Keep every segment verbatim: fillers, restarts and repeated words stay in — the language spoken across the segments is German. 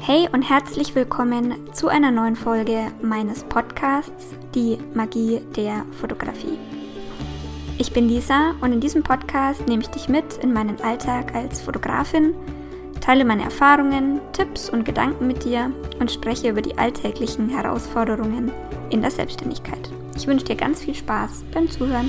Hey und herzlich willkommen zu einer neuen Folge meines Podcasts, die Magie der Fotografie. Ich bin Lisa und in diesem Podcast nehme ich dich mit in meinen Alltag als Fotografin, teile meine Erfahrungen, Tipps und Gedanken mit dir und spreche über die alltäglichen Herausforderungen in der Selbstständigkeit. Ich wünsche dir ganz viel Spaß beim Zuhören.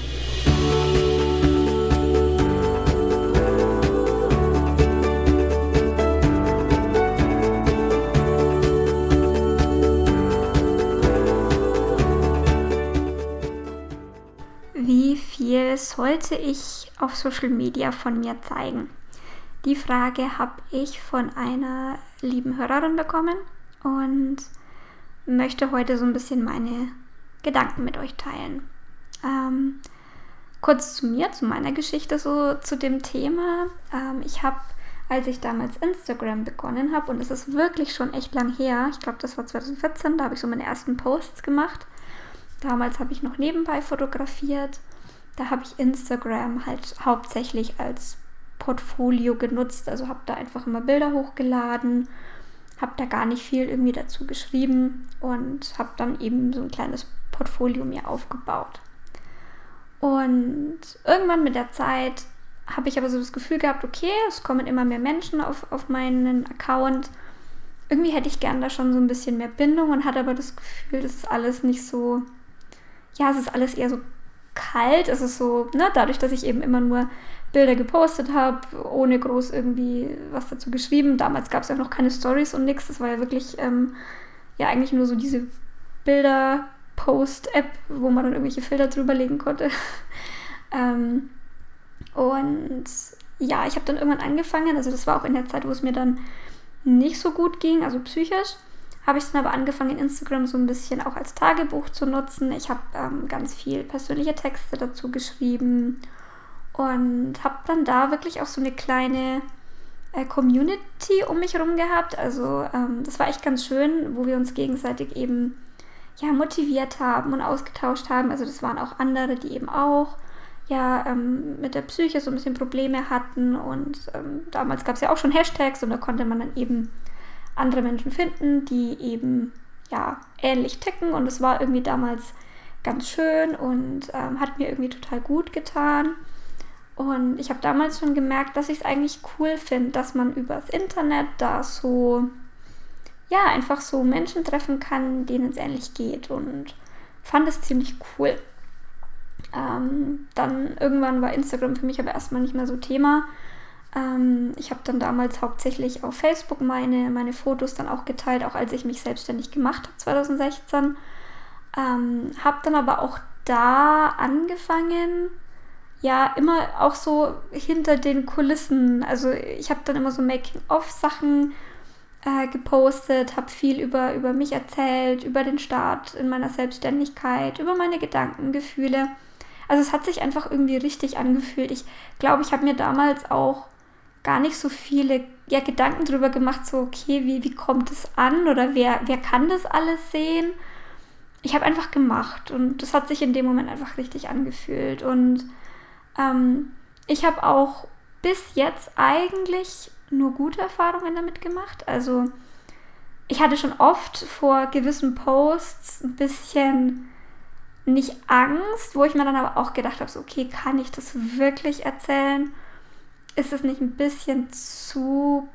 Wie viel sollte ich auf Social Media von mir zeigen? Die Frage habe ich von einer lieben Hörerin bekommen und möchte heute so ein bisschen meine Gedanken mit euch teilen. Ähm, kurz zu mir, zu meiner Geschichte so zu dem Thema. Ähm, ich habe, als ich damals Instagram begonnen habe, und es ist wirklich schon echt lang her, ich glaube das war zwanzig vierzehn, da habe ich so meine ersten Posts gemacht. Damals habe ich noch nebenbei fotografiert. Da habe ich Instagram halt hauptsächlich als Portfolio genutzt. Also habe da einfach immer Bilder hochgeladen, habe da gar nicht viel irgendwie dazu geschrieben und habe dann eben so ein kleines Portfolio mir aufgebaut. Und irgendwann mit der Zeit habe ich aber so das Gefühl gehabt, okay, es kommen immer mehr Menschen auf, auf meinen Account. Irgendwie hätte ich gern da schon so ein bisschen mehr Bindung und hatte aber das Gefühl, das ist alles nicht so... Ja, es ist alles eher so kalt. Es ist so, ne, dadurch, dass ich eben immer nur Bilder gepostet habe, ohne groß irgendwie was dazu geschrieben. Damals gab es ja noch keine Stories und nichts. Das war ja wirklich, ähm, ja, eigentlich nur so diese Bilder-Post-App, wo man dann irgendwelche Filter drüber legen konnte. ähm, und ja, ich habe dann irgendwann angefangen, also das war auch in der Zeit, wo es mir dann nicht so gut ging, also psychisch, habe ich dann aber angefangen, Instagram so ein bisschen auch als Tagebuch zu nutzen. Ich habe ähm, ganz viel persönliche Texte dazu geschrieben und habe dann da wirklich auch so eine kleine äh, Community um mich herum gehabt. Also ähm, das war echt ganz schön, wo wir uns gegenseitig eben ja, motiviert haben und ausgetauscht haben. Also das waren auch andere, die eben auch ja ähm, mit der Psyche so ein bisschen Probleme hatten. Und ähm, damals gab es ja auch schon Hashtags und da konnte man dann eben andere Menschen finden, die eben ja ähnlich ticken, und es war irgendwie damals ganz schön und ähm, hat mir irgendwie total gut getan. Und ich habe damals schon gemerkt, dass ich es eigentlich cool finde, dass man übers Internet da so ja einfach so Menschen treffen kann, denen es ähnlich geht, und fand es ziemlich cool. Ähm, dann irgendwann war Instagram für mich aber erstmal nicht mehr so Thema. Ich habe dann damals hauptsächlich auf Facebook meine, meine Fotos dann auch geteilt, auch als ich mich selbstständig gemacht habe, zwanzig sechzehn. Ähm, habe dann aber auch da angefangen, ja, immer auch so hinter den Kulissen. Also ich habe dann immer so Making-of-Sachen äh, gepostet, habe viel über, über mich erzählt, über den Start in meiner Selbstständigkeit, über meine Gedanken, Gefühle. Also es hat sich einfach irgendwie richtig angefühlt. Ich glaube, ich habe mir damals auch gar nicht so viele ja, Gedanken drüber gemacht, so okay, wie, wie kommt es an oder wer, wer kann das alles sehen? Ich habe einfach gemacht und das hat sich in dem Moment einfach richtig angefühlt. Und ähm, ich habe auch bis jetzt eigentlich nur gute Erfahrungen damit gemacht. Also ich hatte schon oft vor gewissen Posts ein bisschen nicht Angst, wo ich mir dann aber auch gedacht habe, so, okay, kann ich das wirklich erzählen? Ist es nicht ein bisschen zu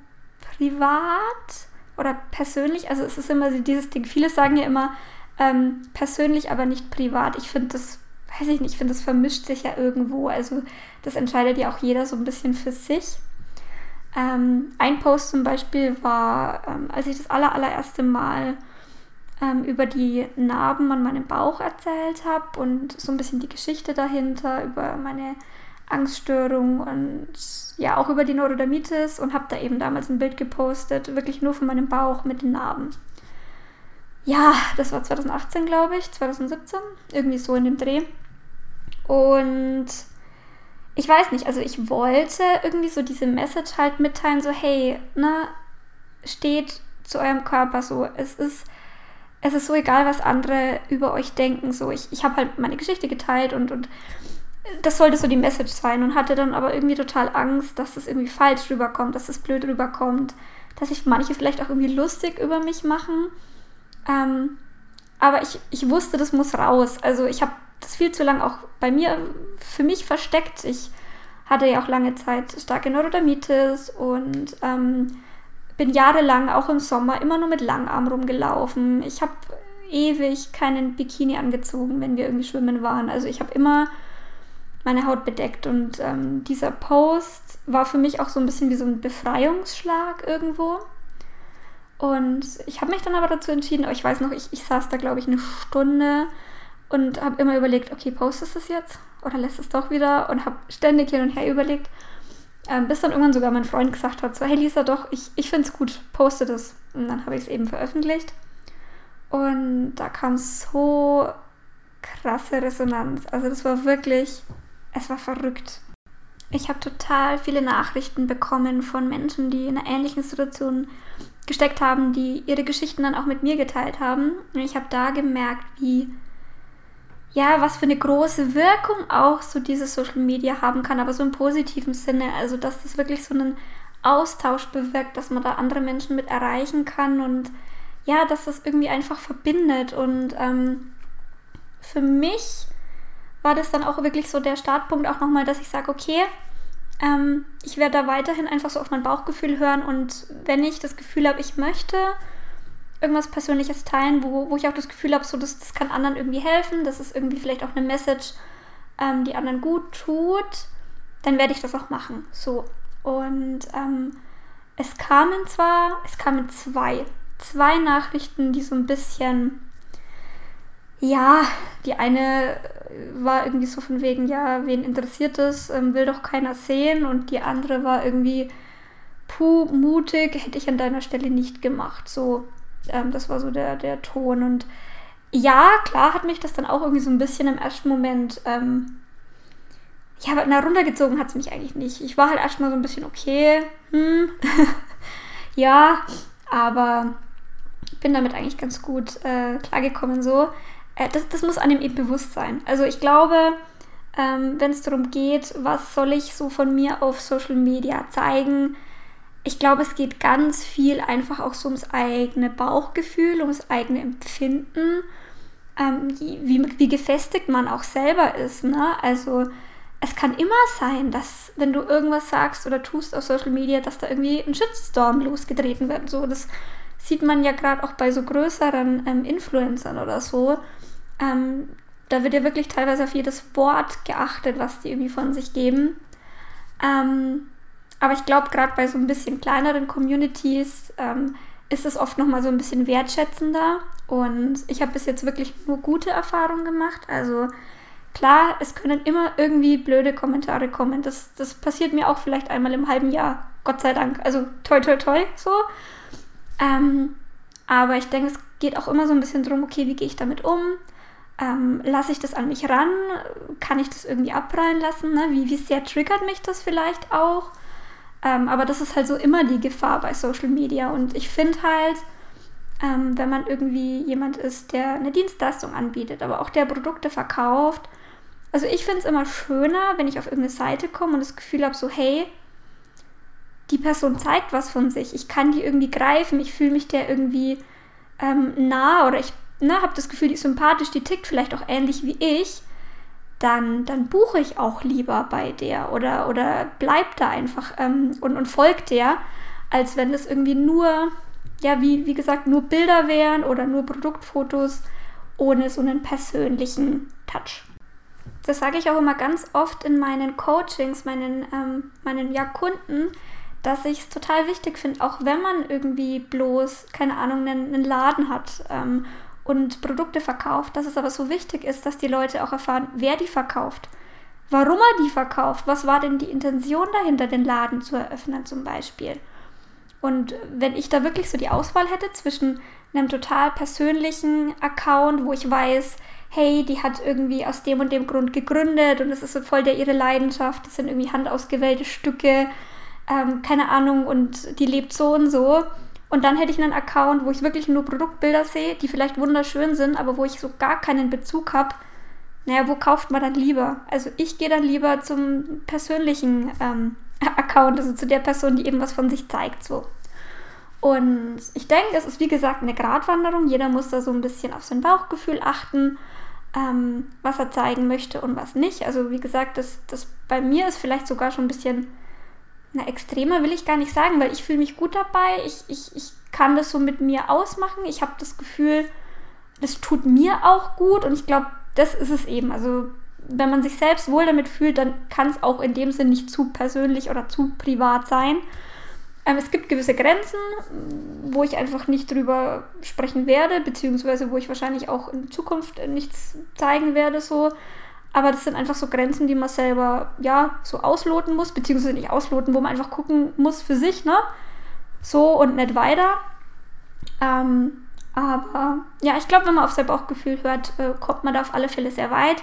privat oder persönlich? Also es ist immer so dieses Ding, viele sagen ja immer ähm, persönlich, aber nicht privat. Ich finde das, weiß ich nicht, ich finde das vermischt sich ja irgendwo. Also das entscheidet ja auch jeder so ein bisschen für sich. Ähm, ein Post zum Beispiel war, ähm, als ich das aller, allererste Mal ähm, über die Narben an meinem Bauch erzählt habe und so ein bisschen die Geschichte dahinter, über meine Angststörung und ja auch über die Neurodermitis, und habe da eben damals ein Bild gepostet, wirklich nur von meinem Bauch mit den Narben. Ja, das war zwanzig achtzehn, glaube ich, zwanzig siebzehn, irgendwie so in dem Dreh. Und ich weiß nicht, also ich wollte irgendwie so diese Message halt mitteilen, so hey, ne, steht zu eurem Körper so, es ist es ist so egal, was andere über euch denken, so ich, ich habe halt meine Geschichte geteilt und, und das sollte so die Message sein, und hatte dann aber irgendwie total Angst, dass das irgendwie falsch rüberkommt, dass das blöd rüberkommt, dass sich manche vielleicht auch irgendwie lustig über mich machen. Ähm, aber ich, ich wusste, das muss raus. Also ich habe das viel zu lange auch bei mir für mich versteckt. Ich hatte ja auch lange Zeit starke Neurodermitis und ähm, bin jahrelang auch im Sommer immer nur mit Langarm rumgelaufen. Ich habe ewig keinen Bikini angezogen, wenn wir irgendwie schwimmen waren. Also ich habe immer meine Haut bedeckt und ähm, dieser Post war für mich auch so ein bisschen wie so ein Befreiungsschlag irgendwo. Und ich habe mich dann aber dazu entschieden, aber ich weiß noch, ich, ich saß da, glaube ich, eine Stunde und habe immer überlegt, okay, postest du es jetzt oder lässt es doch wieder, und habe ständig hin und her überlegt, ähm, bis dann irgendwann sogar mein Freund gesagt hat, so, hey Lisa, doch, ich, ich finde es gut, poste das. Und dann habe ich es eben veröffentlicht und da kam so krasse Resonanz. Also das war wirklich, es war verrückt. Ich habe total viele Nachrichten bekommen von Menschen, die in einer ähnlichen Situation gesteckt haben, die ihre Geschichten dann auch mit mir geteilt haben. Und ich habe da gemerkt, wie, ja, was für eine große Wirkung auch so dieses Social Media haben kann, aber so im positiven Sinne. Also, dass das wirklich so einen Austausch bewirkt, dass man da andere Menschen mit erreichen kann und ja, dass das irgendwie einfach verbindet. Und ähm, für mich war das dann auch wirklich so der Startpunkt auch nochmal, dass ich sage, okay, ähm, ich werde da weiterhin einfach so auf mein Bauchgefühl hören, und wenn ich das Gefühl habe, ich möchte irgendwas Persönliches teilen, wo, wo ich auch das Gefühl habe, so, das, das kann anderen irgendwie helfen, das ist irgendwie vielleicht auch eine Message, ähm, die anderen gut tut, dann werde ich das auch machen. So. Und ähm, es kamen zwar, es kamen zwei, zwei Nachrichten, die so ein bisschen, ja, die eine war irgendwie so von wegen, ja, wen interessiert es, ähm, will doch keiner sehen, und die andere war irgendwie, puh, mutig, hätte ich an deiner Stelle nicht gemacht, so, ähm, das war so der, der Ton. Und ja, klar hat mich das dann auch irgendwie so ein bisschen im ersten Moment, ähm, ja, aber na, runtergezogen hat es mich eigentlich nicht. Ich war halt erstmal so ein bisschen, okay, hm, ja, aber bin damit eigentlich ganz gut äh, klargekommen, so. Das, das muss einem eben bewusst sein. Also ich glaube, ähm, wenn es darum geht, was soll ich so von mir auf Social Media zeigen, ich glaube, es geht ganz viel einfach auch so ums eigene Bauchgefühl, ums eigene Empfinden, ähm, wie, wie gefestigt man auch selber ist, ne? Also es kann immer sein, dass wenn du irgendwas sagst oder tust auf Social Media, dass da irgendwie ein Shitstorm losgetreten wird. So, das sieht man ja gerade auch bei so größeren ähm, Influencern oder so. Ähm, da wird ja wirklich teilweise auf jedes Wort geachtet, was die irgendwie von sich geben. Ähm, aber ich glaube, gerade bei so ein bisschen kleineren Communities ähm, ist es oft nochmal so ein bisschen wertschätzender. Und ich habe bis jetzt wirklich nur gute Erfahrungen gemacht. Also klar, es können immer irgendwie blöde Kommentare kommen. Das, das passiert mir auch vielleicht einmal im halben Jahr. Gott sei Dank. Also toi toi toi so. Ähm, aber ich denke, es geht auch immer so ein bisschen drum, okay, wie gehe ich damit um? Ähm, lasse ich das an mich ran? Kann ich das irgendwie abprallen lassen? Ne? Wie, wie sehr triggert mich das vielleicht auch? Ähm, aber das ist halt so immer die Gefahr bei Social Media. Und ich finde halt, ähm, wenn man irgendwie jemand ist, der eine Dienstleistung anbietet, aber auch der Produkte verkauft, also ich finde es immer schöner, wenn ich auf irgendeine Seite komme und das Gefühl habe, so hey, die Person zeigt was von sich, ich kann die irgendwie greifen, ich fühle mich der irgendwie ähm, nah, oder ich ne, habe das Gefühl, die ist sympathisch, die tickt vielleicht auch ähnlich wie ich, dann, dann buche ich auch lieber bei der oder, oder bleib da einfach ähm, und, und folgt der, als wenn das irgendwie nur, ja, wie, wie gesagt, nur Bilder wären oder nur Produktfotos ohne so einen persönlichen Touch. Das sage ich auch immer ganz oft in meinen Coachings, meinen, ähm, meinen ja, Kunden, dass ich es total wichtig finde, auch wenn man irgendwie bloß, keine Ahnung, einen, einen Laden hat ähm, und Produkte verkauft, dass es aber so wichtig ist, dass die Leute auch erfahren, wer die verkauft, warum er die verkauft, was war denn die Intention dahinter, den Laden zu eröffnen zum Beispiel. Und wenn ich da wirklich so die Auswahl hätte zwischen einem total persönlichen Account, wo ich weiß, hey, die hat irgendwie aus dem und dem Grund gegründet und es ist so voll der ihre Leidenschaft, das sind irgendwie handausgewählte Stücke, ähm, keine Ahnung, und die lebt so und so. Und dann hätte ich einen Account, wo ich wirklich nur Produktbilder sehe, die vielleicht wunderschön sind, aber wo ich so gar keinen Bezug habe. Naja, wo kauft man dann lieber? Also ich gehe dann lieber zum persönlichen ähm, Account, also zu der Person, die eben was von sich zeigt. So. Und ich denke, es ist wie gesagt eine Gratwanderung. Jeder muss da so ein bisschen auf sein Bauchgefühl achten, ähm, was er zeigen möchte und was nicht. Also wie gesagt, das, das bei mir ist vielleicht sogar schon ein bisschen, na, extremer will ich gar nicht sagen, weil ich fühle mich gut dabei. Ich, ich, ich kann das so mit mir ausmachen. Ich habe das Gefühl, das tut mir auch gut und ich glaube, das ist es eben. Also wenn man sich selbst wohl damit fühlt, dann kann es auch in dem Sinn nicht zu persönlich oder zu privat sein. Ähm, es gibt gewisse Grenzen, wo ich einfach nicht drüber sprechen werde, beziehungsweise wo ich wahrscheinlich auch in Zukunft nichts zeigen werde, so. Aber das sind einfach so Grenzen, die man selber, ja, so ausloten muss, beziehungsweise nicht ausloten, wo man einfach gucken muss für sich, ne? So und nicht weiter. Ähm, aber ja, ich glaube, wenn man auf sein Bauchgefühl hört, äh, kommt man da auf alle Fälle sehr weit.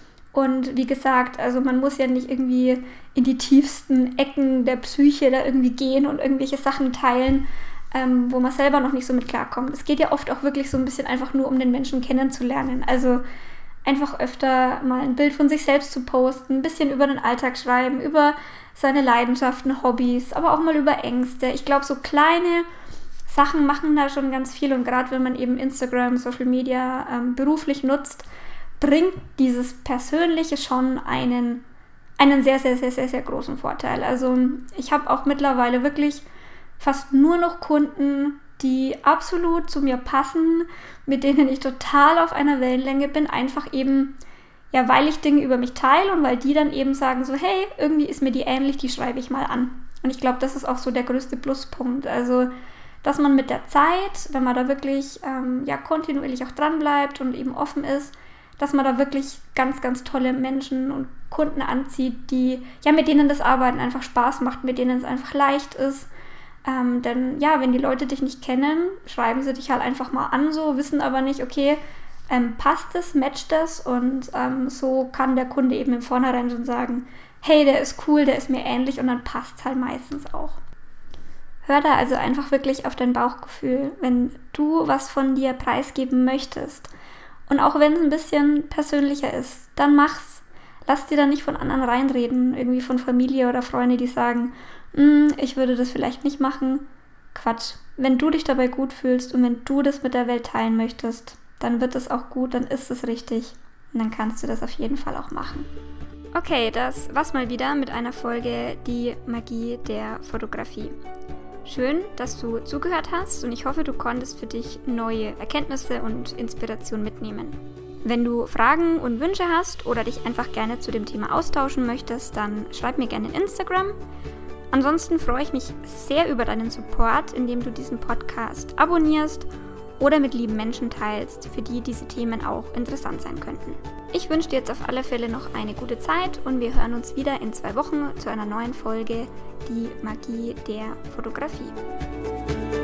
Und wie gesagt, also man muss ja nicht irgendwie in die tiefsten Ecken der Psyche da irgendwie gehen und irgendwelche Sachen teilen, ähm, wo man selber noch nicht so mit klarkommt. Es geht ja oft auch wirklich so ein bisschen einfach nur um den Menschen kennenzulernen. Also einfach öfter mal ein Bild von sich selbst zu posten, ein bisschen über den Alltag schreiben, über seine Leidenschaften, Hobbys, aber auch mal über Ängste. Ich glaube, so kleine Sachen machen da schon ganz viel und gerade wenn man eben Instagram, Social Media ähm, beruflich nutzt, bringt dieses Persönliche schon einen, einen sehr, sehr, sehr, sehr, sehr großen Vorteil. Also ich habe auch mittlerweile wirklich fast nur noch Kunden, die absolut zu mir passen, mit denen ich total auf einer Wellenlänge bin, einfach eben, ja, weil ich Dinge über mich teile und weil die dann eben sagen so, hey, irgendwie ist mir die ähnlich, die schreibe ich mal an. Und ich glaube, das ist auch so der größte Pluspunkt. Also, dass man mit der Zeit, wenn man da wirklich ähm, ja, kontinuierlich auch dran bleibt und eben offen ist, dass man da wirklich ganz, ganz tolle Menschen und Kunden anzieht, die, ja, mit denen das Arbeiten einfach Spaß macht, mit denen es einfach leicht ist. Ähm, denn ja, wenn die Leute dich nicht kennen, schreiben sie dich halt einfach mal an, so, wissen aber nicht, okay, ähm, passt es, matcht das und ähm, so kann der Kunde eben im Vornherein schon sagen, hey, der ist cool, der ist mir ähnlich und dann passt es halt meistens auch. Hör da also einfach wirklich auf dein Bauchgefühl, wenn du was von dir preisgeben möchtest. Und auch wenn es ein bisschen persönlicher ist, dann mach's. Lass dir da nicht von anderen reinreden, irgendwie von Familie oder Freunde, die sagen, ich würde das vielleicht nicht machen. Quatsch. Wenn du dich dabei gut fühlst und wenn du das mit der Welt teilen möchtest, dann wird es auch gut, dann ist es richtig. Und dann kannst du das auf jeden Fall auch machen. Okay, das war's mal wieder mit einer Folge Die Magie der Fotografie. Schön, dass du zugehört hast und ich hoffe, du konntest für dich neue Erkenntnisse und Inspiration mitnehmen. Wenn du Fragen und Wünsche hast oder dich einfach gerne zu dem Thema austauschen möchtest, dann schreib mir gerne in Instagram. Ansonsten freue ich mich sehr über deinen Support, indem du diesen Podcast abonnierst oder mit lieben Menschen teilst, für die diese Themen auch interessant sein könnten. Ich wünsche dir jetzt auf alle Fälle noch eine gute Zeit und wir hören uns wieder in zwei Wochen zu einer neuen Folge Die Magie der Fotografie.